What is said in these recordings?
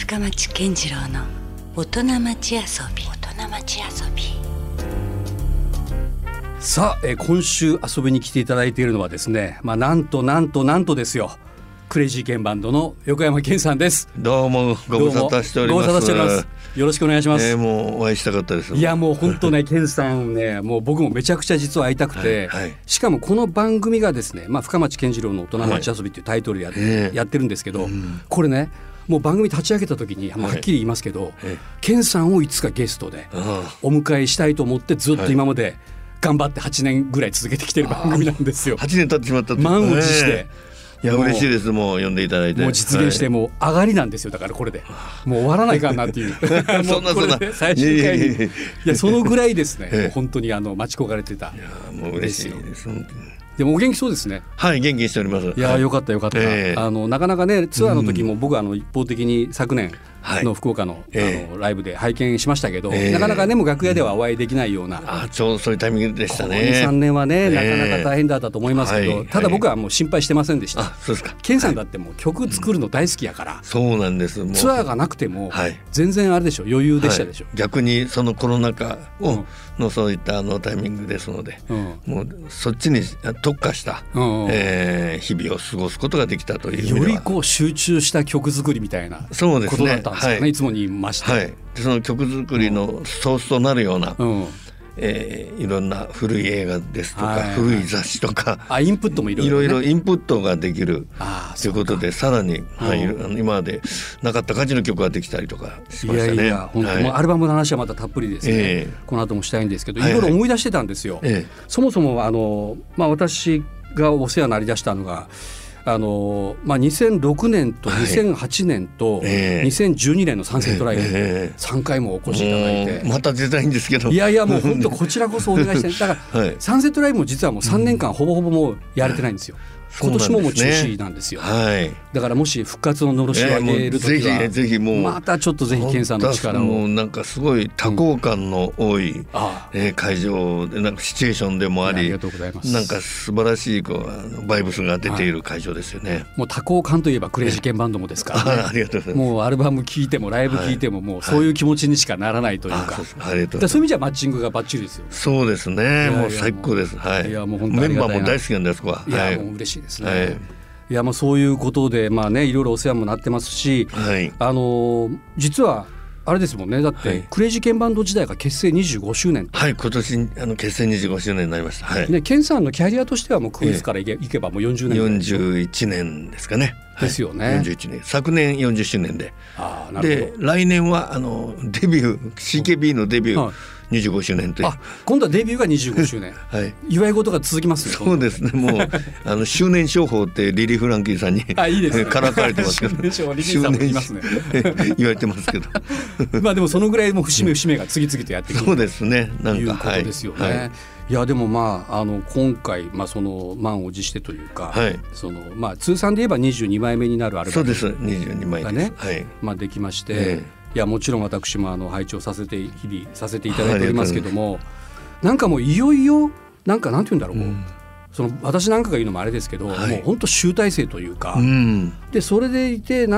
深町健次郎の大人町遊び。 さあ、今週遊びに来ていただいているのはですね、なんとですよ、クレイジーケンバンドの横山健さんです。 どうもご無沙汰しております。 よろしくお願いします。 もうお会いしたかったです。 いやもう本当ね健さんね、もう僕もめちゃくちゃ実は会いたくて、しかもこの番組がですね、深町健次郎の大人町遊びっていうタイトルでやってるんですけど、これねもう番組立ち上げた時にはっきり言いますけど、健さんをいつかゲストでお迎えしたいと思ってずっと今まで頑張って8年ぐらい続けてきてる番組なんですよ。 8年経ってしまったと。 満を持して、 いや嬉しいです。もう呼んでいただいてもう実現してもう上がりなんですよ。だからこれでもう終わらないかなっていうそんな最終回にいやそのぐらいですね、もう本当に待ち焦がれてた。 いやもう嬉しいです。 でもお元気そうですね。 はい元気にしております。 いやよかった、なかなかねツアーの時も僕は一方的に昨年の福岡の、ライブで拝見しましたけど、なかなかねもう楽屋ではお会いできないような、 ちょうどそういうタイミングでしたね。 この 2,3 年はね、なかなか大変だったと思いますけど、ただ僕はもう心配してませんでした。 そうですか。 健さんだってもう曲作るの大好きやから、 そうなんです。もうツアーがなくても全然あれでしょ、余裕でしたでしょ。 逆にそのコロナ禍のそういったタイミングですので、もうそっちに特化した日々を過ごすことができたという意味では、 よりこう集中した曲作りみたいなことだったんですよね。いつもに言いました。 その曲作りのソースとなるような、いろんな古い映画ですとか、古い雑誌とかインプットもいろいろインプットができるということで、さらに、今までなかった感じの曲ができたりとかしましたね。 本当もうアルバムの話はまたたっぷりですね、この後もしたいんですけど、いろいろ思い出してたんですよ。そもそも私がお世話になりだしたのが2006年と2008年と2012年のサンセットライブ3回もお越しいただいて、 また出たいんですけど、 いやもう本当こちらこそお願いしたい。だからサンセットライブも実はもう3年間ほぼほぼもうやれてないんですよ。今年ももう中止なんですよ。だからもし復活ののろしを上げるときは、 ぜひもうまたちょっとぜひ健さんの力を。 もうなんかすごい多幸感の多い会場で、なんかシチュエーションでもあり、なんか素晴らしいバイブスが出ている会場ですよね。 もう多幸感といえばクレイジーケンバンドもですからね。 ありがとうございます。 もうアルバム聴いてもライブ聴いてももうそういう気持ちにしかならないというか、そういう意味じゃマッチングがバッチリですよ。 そうですね。もう最高です。 いやもう本当にありがたいな。 メンバーも大好きなんです。 いやもう嬉しいですね。いやもうそういうことでいろいろお世話もなってますし、実はあれですもんね。だってクレイジーケンバンド時代が結成25周年。 今年結成25周年になりました。 ケンさんのキャリアとしてはもうクイズからいけばもう40年 41年ですかね。 ですよね。 41年、昨年40周年で、来年はデビュー CKB のデビュー25周年という。 今度はデビューが25周年、祝い事が続きますね。 そうですね。もう周年商法ってリリー・フランキーさんにからかわれてますけど、 周年言いますね言われてますけどでもそのぐらいも節目が次々とやってくる。 そうですね。なんかいうことですよね。いやでも今回その満を持してというか、通算で言えば22枚目になるアルバムがね、 そうです22枚です。 できまして、いやもちろん私も拝聴日々させていただいておりますけども、なんかもういよいよなんて言うんだろう、私なんかが言うのもあれですけど、もう本当集大成というか、でそれでいて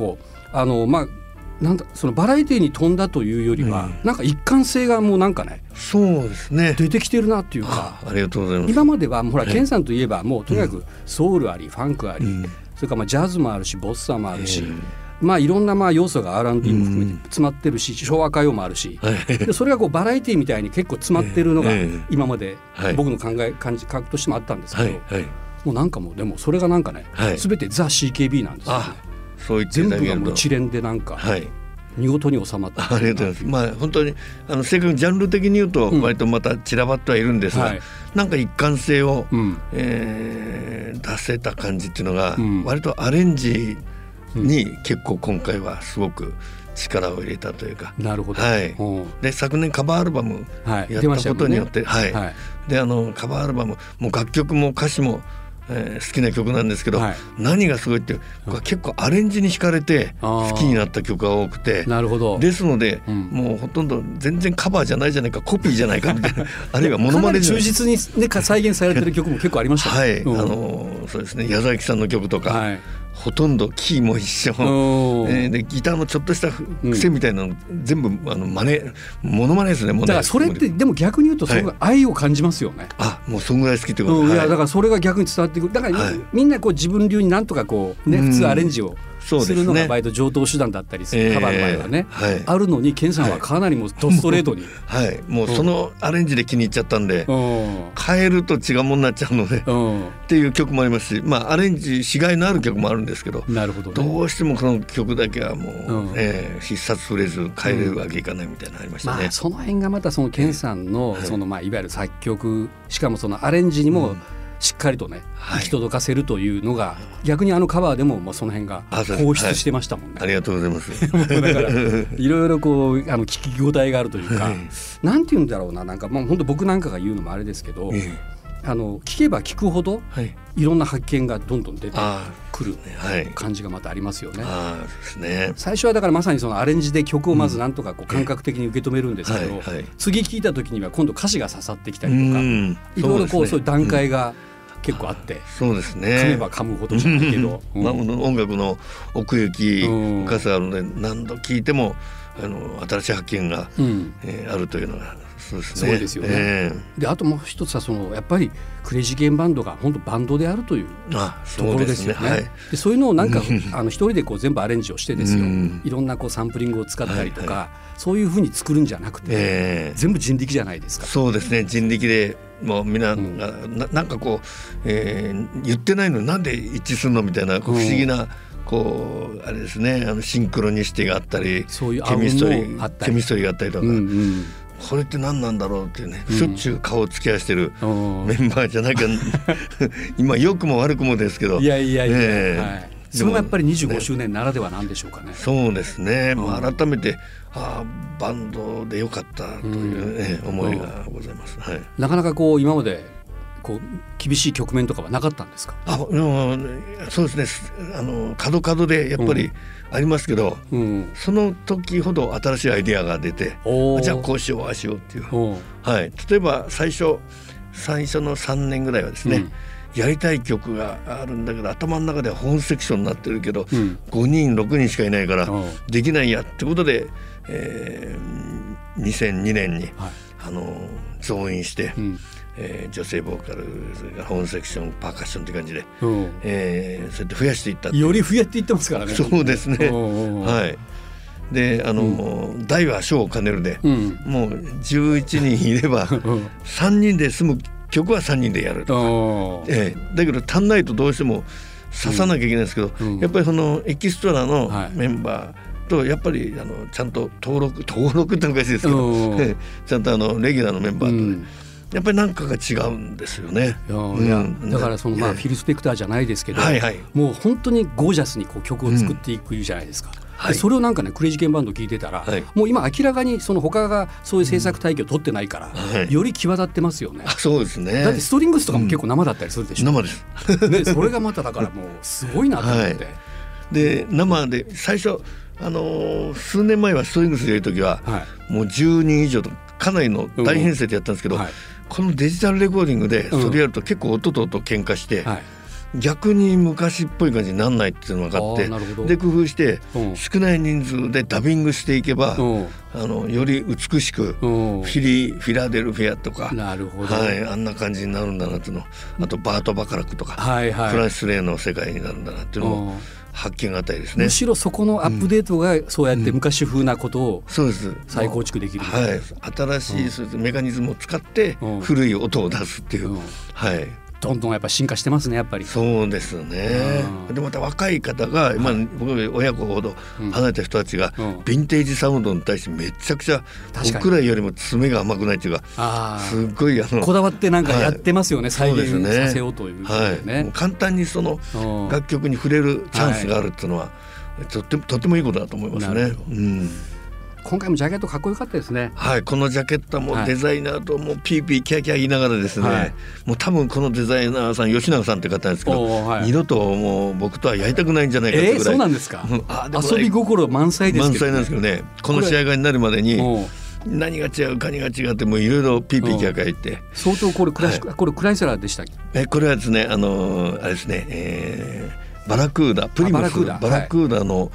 そのバラエティに富んだというよりは、なんか一貫性がもうそうですね、 出てきてるなっていうか。 ありがとうございます。 今まではほらケンさんといえばもうとにかくソウルありファンクあり、それからジャズもあるしボッサもあるし、いろんな要素が R&B も含めて詰まってるし、昭和歌謡もあるし、でそれがバラエティみたいに結構詰まってるのが今まで僕の感覚としてもあったんですけど、もうでもそれが全てザ・ CKB なんですよね。全部がもう一連で見事に収まった。 ありがとうございます。本当に正確にジャンル的に言うと割とまた散らばってはいるんですが、なんか一貫性を出せた感じっていうのが、割とアレンジに結構今回はすごく力を入れたというか。 なるほど。 で昨年カバーアルバムやったことによって、でカバーアルバムもう楽曲も歌詞も好きな曲なんですけど、何がすごいって結構アレンジに惹かれて好きになった曲が多くて、 なるほど。 ですので、もうほとんど全然カバーじゃないじゃないか、コピーじゃないかみたいなあるいはモノマネかなり忠実に、再現されてる曲も結構ありましたそうですね。矢崎さんの曲とか、 ほとんどキーも一緒、でギターのちょっとした癖みたいなの、全部モノマネですね。 だからそれってでも逆に言うとすごく愛を感じますよね。 もうそんぐらい好きってこと、 いやだからそれが逆に伝わってくる。だから、みんなこう自分流になんとかこうね、普通アレンジをするのがバイト上等手段だったりする、カバーの場合はね、あるのに健さんはかなりもうドストレートに、 もうそのアレンジで気に入っちゃったんで、変えると違うものになっちゃうので、っていう曲もありますし、アレンジしがいのある曲もあるんですけど、 なるほどね、 どうしてもこの曲だけはもう、必殺フレーズ変えるわけいかないみたいなのありましたね。 その辺がまたその健さんのそのいわゆる作曲、しかもそのアレンジにもしっかりとね、行き届かせるというのが、逆にカバーでもその辺が放出してましたもんね。 ありがとうございます。 だからいろいろこう聞き応えがあるというか、なんて言うんだろうな、なんかもう本当僕なんかが言うのもあれですけど、聞けば聞くほど、いろんな発見がどんどん出てくる感じがまたありますよね。最初はだからまさにそのアレンジで曲をまずなんとかこう感覚的に受け止めるんですけど、次聴いた時には今度歌詞が刺さってきたりとか、いろいろこうそういう段階が結構あって、 そうですね、 噛めば噛むほどじゃないけど、 音楽の奥行き深さがあるので、何度聴いても新しい発見があるというのがそうですよね。 であともう一つはやっぱりクレイジーケンバンドが本当バンドであるというところですよね。そういうのをなんか一人でこう全部アレンジをしてですよ、いろんなこうサンプリングを使ったりとか、そういうふうに作るんじゃなくて、全部人力じゃないですか。 そうですね、人力でもうみんななんかこう、言ってないのになんで一致するのみたいな不思議なこうあれですね、シンクロニシティがあったり、 そういうケミストリーがあったりとか、これって何なんだろうっていうね、しょっちゅう顔を突き合わせてるメンバーじゃないか今良くも悪くもですけど、 いやそれもやっぱり25周年ならではなんでしょうかね。 そうですね、改めてバンドでよかったという、思いがございます。 なかなかこう今までこう厳しい局面とかはなかったんですか？ そうですね、角でやっぱりありますけど、その時ほど新しいアイデアが出て、じゃあこうしようああしようっていう、例えば最初の3年ぐらいはですね、やりたい曲があるんだけど頭の中では本セクションになってるけど、5人6人しかいないからできないやってことで、2002年に、増員して、女性ボーカル本セクションパーカッションという感じで、そうやって増やしていったより増えていってますからね。 そうですね、で大は小を兼ねるで、もう11人いれば3人で済む曲は3人でやるとか、だけど足んないとどうしても刺さなきゃいけないんですけど、やっぱりそのエキストラのメンバーとやっぱりちゃんと登録っておかしいですけどちゃんとレギュラーのメンバーとね、やっぱり何かが違うんですよね。 だからフィル・スペクターじゃないですけど、もう本当にゴージャスにこう曲を作っていくじゃないですか。それをなんかねクレイジーケンバンド聞いてたら、もう今明らかに他がそういう制作体系を取ってないから、より際立ってますよね。 そうですね。 だってストリングスとかも結構生だったりするでしょ。 生ですそれがまただからもうすごいなと思って、 で生で最初数年前はストリングスでやるときは、もう10人以上とかなりの大編成でやったんですけど、このデジタルレコーディングでそれやると結構音と音喧嘩して、逆に昔っぽい感じにならないっていうのが分かって、で工夫して少ない人数でダビングしていけば、より美しくフィラデルフィアとか、あんな感じになるんだなっていうの、あとバート・バカラクとか、フランシス・レイの世界になるんだなっていうのを発見がたいですね。 むしろそこのアップデートがそうやって昔風なことを再構築できる、 新しいメカニズムを使って古い音を出すっていう、 どんどんやっぱ進化してますね、やっぱり。 そうですね。でまた若い方が、僕親子ほど離れた人たちが、ヴィンテージサウンドに対してめちゃくちゃ僕らよりも爪が甘くないというか、すごいこだわってなんかやってますよね、再現させようということでね。 簡単にその楽曲に触れるチャンスがあるっていうのは、とってもいいことだと思いますね。 今回もジャケットかっこよかったですね。 このジャケットはもうデザイナーともうピーピーキャーキャー言いながらですね、もう多分このデザイナーさん吉永さんという方なんですけど、二度ともう僕とはやりたくないんじゃないかってぐらい、 そうなんですか。遊び心満載ですけどね。満載なんですけどね、 この試合がになるまでに何が違う何が違うってもういろいろピーピーキャーキャー言って、 相当これクライスラーでしたっけ？ これはですね、あれですね、 バラクーダプリムスバラクーダの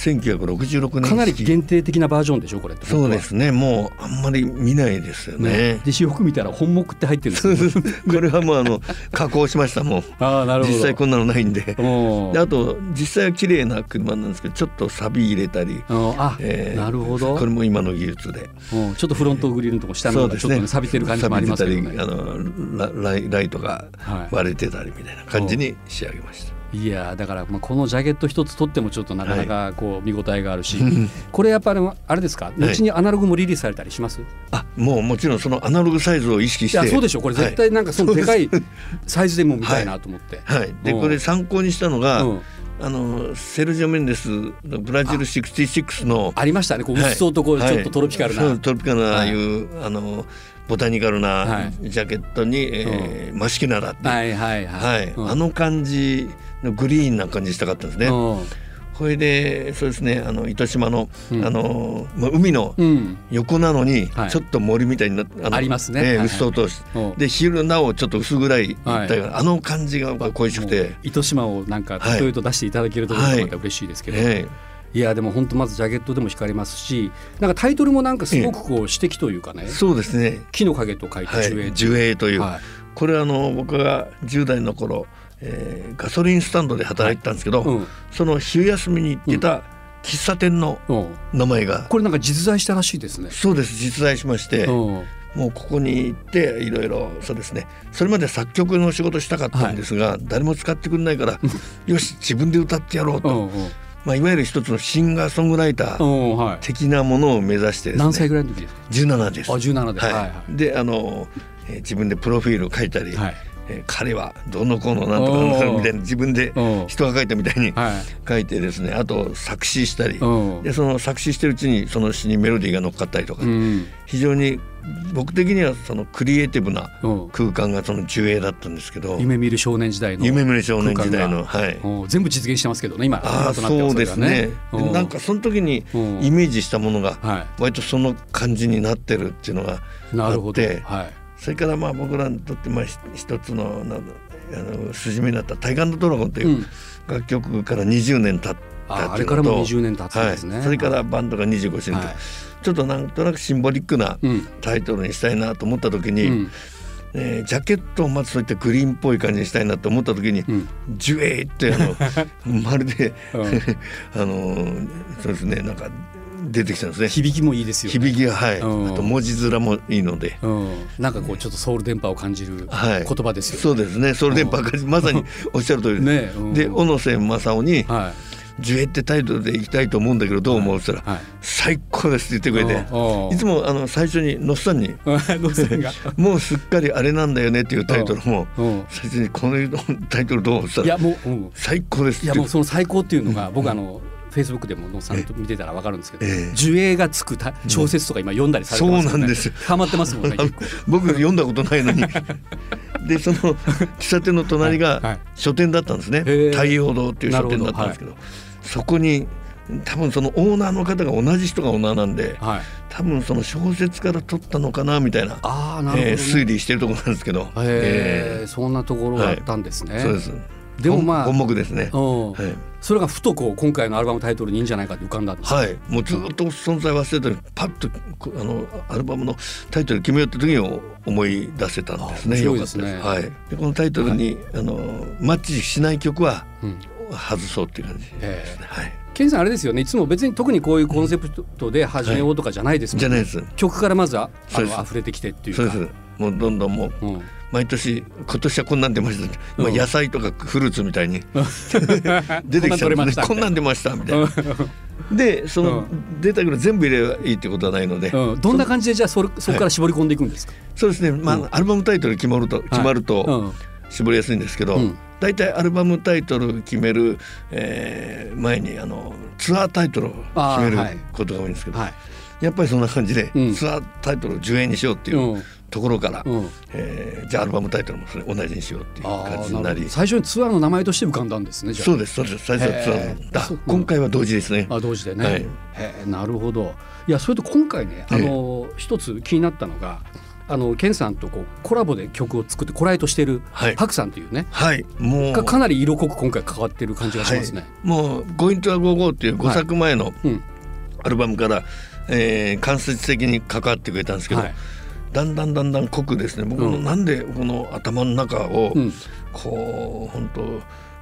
1966年かなり限定的なバージョンでしょこれって。 そうですね、もうあんまり見ないですよね。 でよく見たら本木って入ってるんですよこれはもう加工しましたもんなるほど。 実際こんなのないん であと実際は綺麗な車なんですけどちょっと錆入れたりなるほど。 これも今の技術でちょっとフロントグリルのとこ下のちょっと、ね、錆びてる感じもありますけどね。 ライトが割れてたりみたいな感じに仕上げました。 いやだからこのジャケット一つ取ってもちょっとなかなかこう見応えがあるし、これやっぱりあれですか、後にアナログもリリースされたりします？ もちろんそのアナログサイズを意識して。 いやそうでしょ、これ絶対なんかそのでかいサイズでも見たいなと思って、 でこれ参考にしたのが、セルジオ・メンデスのブラジル66のありましたね、こううっそうとこうちょっとトロピカルな、 トロピカルなああいうボタニカルなジャケットにマシキナラってあの感じのグリーンな感じしたかったんですね。これでそうですね、糸島の、海の横なのにちょっと森みたいになってありますね、 うっそうとしてで昼なおちょっと薄暗いいったようなあの感じが恋しくて、 糸島をなんか例えと出していただけるとまた嬉しいですけど、いやでも本当まずジャケットでも光りますし、なんかタイトルもなんかすごくこう詩的というかね、 そうですね、 木の影と書いて樹影という、これは僕が10代の頃ガソリンスタンドで働いてたんですけど、その昼休みに行ってた喫茶店の名前が、 これなんか実在したらしいですね。 そうです、実在しまして、もうここに行っていろいろそうですね、それまで作曲の仕事したかったんですが、誰も使ってくれないからよし自分で歌ってやろうと、いわゆる一つのシンガーソングライター的なものを目指してですね。 何歳ぐらいの時ですか ？17です。 17 で、で自分でプロフィールを書いたり、彼はどの子のなんとかみたいな自分で人が書いたみたいに書いてですね、あと作詞したりで、その作詞してるうちにその詩にメロディーが乗っかったりとか、非常に僕的にはそのクリエイティブな空間がその樹影だったんですけど、 夢見る少年時代の夢見る少年時代の、 全部実現してますけどね今となってはそうですね。なんかその時にイメージしたものが割とその感じになってるっていうのがあって、それから僕らにとって一つの筋目になったタイガー&ドラゴンという楽曲から20年経ったあれからも20年経つんですね。 それからバンドが25周年と、ちょっとなんとなくシンボリックなタイトルにしたいなと思った時に、ジャケットをまずそういったグリーンっぽい感じにしたいなと思った時に、ジュエーってまるでそうですね、なんか出てきたんですね。 響きもいいですよね。 響きがあと文字面もいいので、 なんかこうちょっとソウル電波を感じる言葉ですよね。 そうですね、ソウル電波まさにおっしゃる通りです。で小野瀬正夫にジュエってタイトルでいきたいと思うんだけどどう思うって言ったら、最高ですって言ってくれて、いつも最初にのっさんにもうすっかりあれなんだよねっていうタイトルも最初にこのタイトルどう思ってたら、いやもう最高ですって。 いやもうその最高っていうのが僕フェイスブックでも野さんと見てたら分かるんですけど、樹影がつく小説とか今読んだりされてますよね。 そうなんです。 ハマってますもんね。 僕読んだことないのにでその喫茶店の隣が書店だったんですね。太陽堂っていう書店だったんですけど、そこに多分そのオーナーの方が同じ人がオーナーなんで、多分その小説から取ったのかなみたいな推理してるところなんですけど、 そんなところがあったんですね。 そうです。 でも本目ですね。 それがふとこう今回のアルバムタイトルにいいんじゃないかって浮かんだんです。 もうずっと存在忘れてるパッとアルバムのタイトル決めようって時に思い出せたんですね。 そうですね。 でこのタイトルにマッチしない曲は外そうっていう感じですね。 ケンさんあれですよね、いつも別に特にこういうコンセプトで始めようとかじゃないですもんね。 じゃないです。 曲からまず溢れてきてっていうか。 そうです。もうどんどんもう毎年今年はこんなん出ました、野菜とかフルーツみたいに出てきたんですね。こんなん出ましたみたいなでその出たけど全部入れればいいってことはないので、 どんな感じでじゃあそこから絞り込んでいくんですか？ そうですね、アルバムタイトル決まると絞りやすいんですけど、だいたいアルバムタイトル決める前にツアータイトルを決めることが多いんですけど、やっぱりそんな感じでツアータイトルを樹影にしようっていうところから、じゃあアルバムタイトルもそれ同じにしようっていう感じになり、 最初にツアーの名前として浮かんだんですね。 そうです最初はツアー今回は同時ですね。 同時でね。なるほど。いやそれと今回ね、一つ気になったのがケンさんとこうコラボで曲を作ってコライトしてるパクさんというね、 はい、もうがかなり色濃く今回関わってる感じがしますね。 もうGoing to a Go-Goっていう5作前のアルバムから、間接的に関わってくれたんですけど、だんだん濃くですね、僕のなんでこの頭の中をこう本当、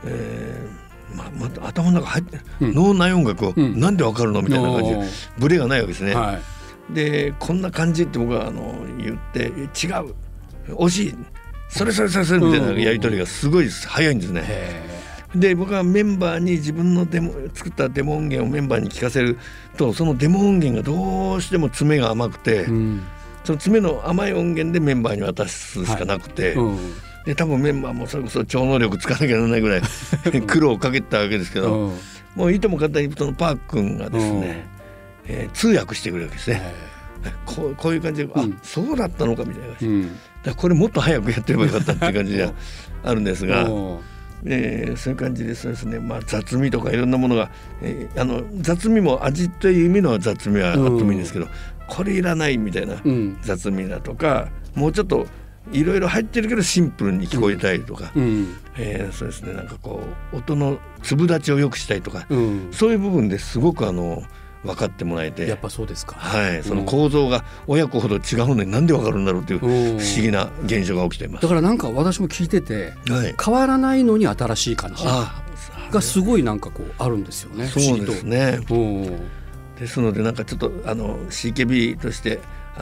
頭の中入って、脳内音楽をなんでわかるのみたいな感じでブレがないわけですね。でこんな感じって僕は言って違う惜しいそれみたいなやり取りがすごい早いんですね。で僕はメンバーに自分の作ったデモ音源をメンバーに聞かせると、そのデモ音源がどうしても詰めが甘くて、その詰めの甘い音源でメンバーに渡すしかなくて、で多分メンバーもそれこそ超能力使わなきゃならないぐらい苦労をかけてたわけですけど、もういとも簡単にそのパー君がですね、通訳してくれるわけですね。こういう感じで、そうだったのかみたいな感じ、だこれもっと早くやってればよかったっていう感じじゃあるんですが、そういう感じでそうですね、雑味とかいろんなものが、雑味も味という意味の雑味はあってもいいんですけど、これいらないみたいな雑味だとか、もうちょっといろいろ入ってるけどシンプルに聞こえたりとか、そうですね、なんかこう音の粒立ちを良くしたいとか、そういう部分ですごく分かってもらえて、 やっぱそうですか。 その構造が親子ほど違うのになんで分かるんだろうという不思議な現象が起きています。 だからなんか私も聞いてて、変わらないのに新しい感じがすごいなんかこうあるんですよね。 そうですね。ですのでなんかちょっとCKB として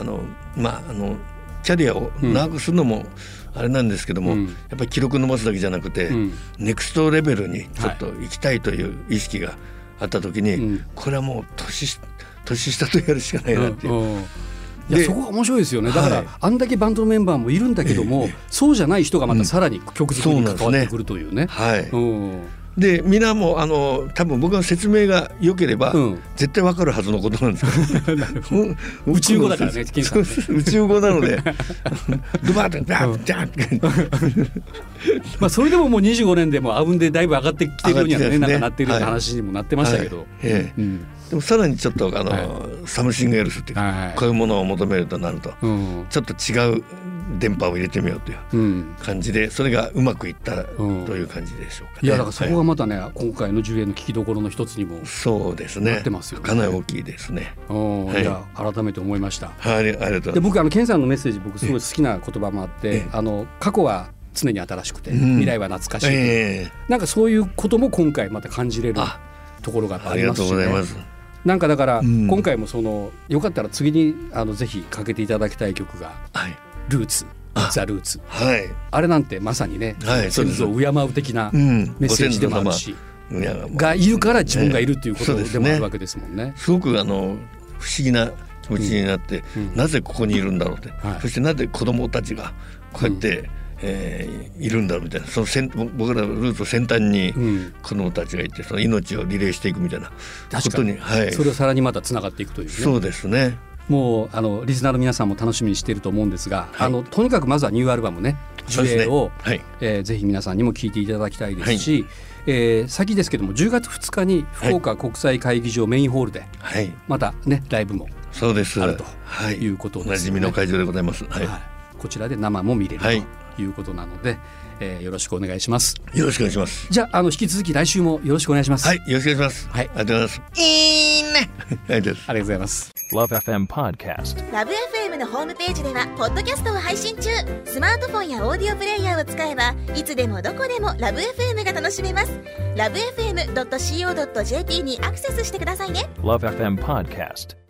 キャリアを長くするのもあれなんですけども、やっぱり記録伸ばすだけじゃなくて、ネクストレベルにちょっと行きたいという意識があった時に、これはもう年下とやるしかないなっていう。 いやそこが面白いですよね。だから、あんだけバンドのメンバーもいるんだけども、そうじゃない人がまたさらに曲作りに関わってくるというね。で皆も多分僕の説明が良ければ、絶対分かるはずのことなんですけど宇宙語だからね、金さんね宇宙語なのでドバーッとバーッジャンそれでももう25年でもアウンでだいぶ上がってきてるようにはね、なんかなってるような話にもなってましたけど、 でもさらにちょっとサムシングエルスっていうか、こういうものを求めるとなると、ちょっと違う電波を入れてみようという感じで、それがうまくいったという感じでしょうかね。 いやだからそこがまたね、今回の10円の聞きどころの一つにもそうですね、 なってますよね。 かなり大きいですね。 いや改めて思いました。 ありがとうございます。 で僕ケンさんのメッセージ僕すごい好きな言葉もあって、過去は常に新しくて、未来は懐かしい、なんかそういうことも今回また感じれるところがありますしね。 ありがとうございます。 なんかだから、今回もよかったら次にぜひかけていただきたい曲が、ルーツザ・ルーツ、あれなんてまさにね、先祖を敬う的なメッセージでもあるし、がいるから自分がいるっていうことでもあるわけですもんね。 すごく不思議な気持ちになって、なぜここにいるんだろうって、そしてなぜ子供たちがこうやって、いるんだろうみたいな、僕らのルーツの先端に子供たちがいて、その命をリレーしていくみたいなことに、 それをさらにまたつながっていくというね。 そうですね。 もうリスナーの皆さんも楽しみにしていると思うんですが、とにかくまずはニューアルバムね、ジュエを、ぜひ皆さんにも聴いていただきたいですし、先ですけども10月2日に福岡国際会議場メインホールでまたねライブもあるということですね。 おなじみの会場でございます。 こちらで生も見れるということなので、よろしくお願いします。 よろしくお願いします。 じゃあ引き続き来週もよろしくお願いします。 よろしくお願いします。ありがとうございます。いいね。 ありがとうございます。 LoveFM Podcast。LoveFM のホームページではポッドキャストを配信中。スマートフォンやオーディオプレイヤーを使えばいつでもどこでも LoveFM が楽しめます。LoveFM.co.jp にアクセスしてくださいね。LoveFM Podcast。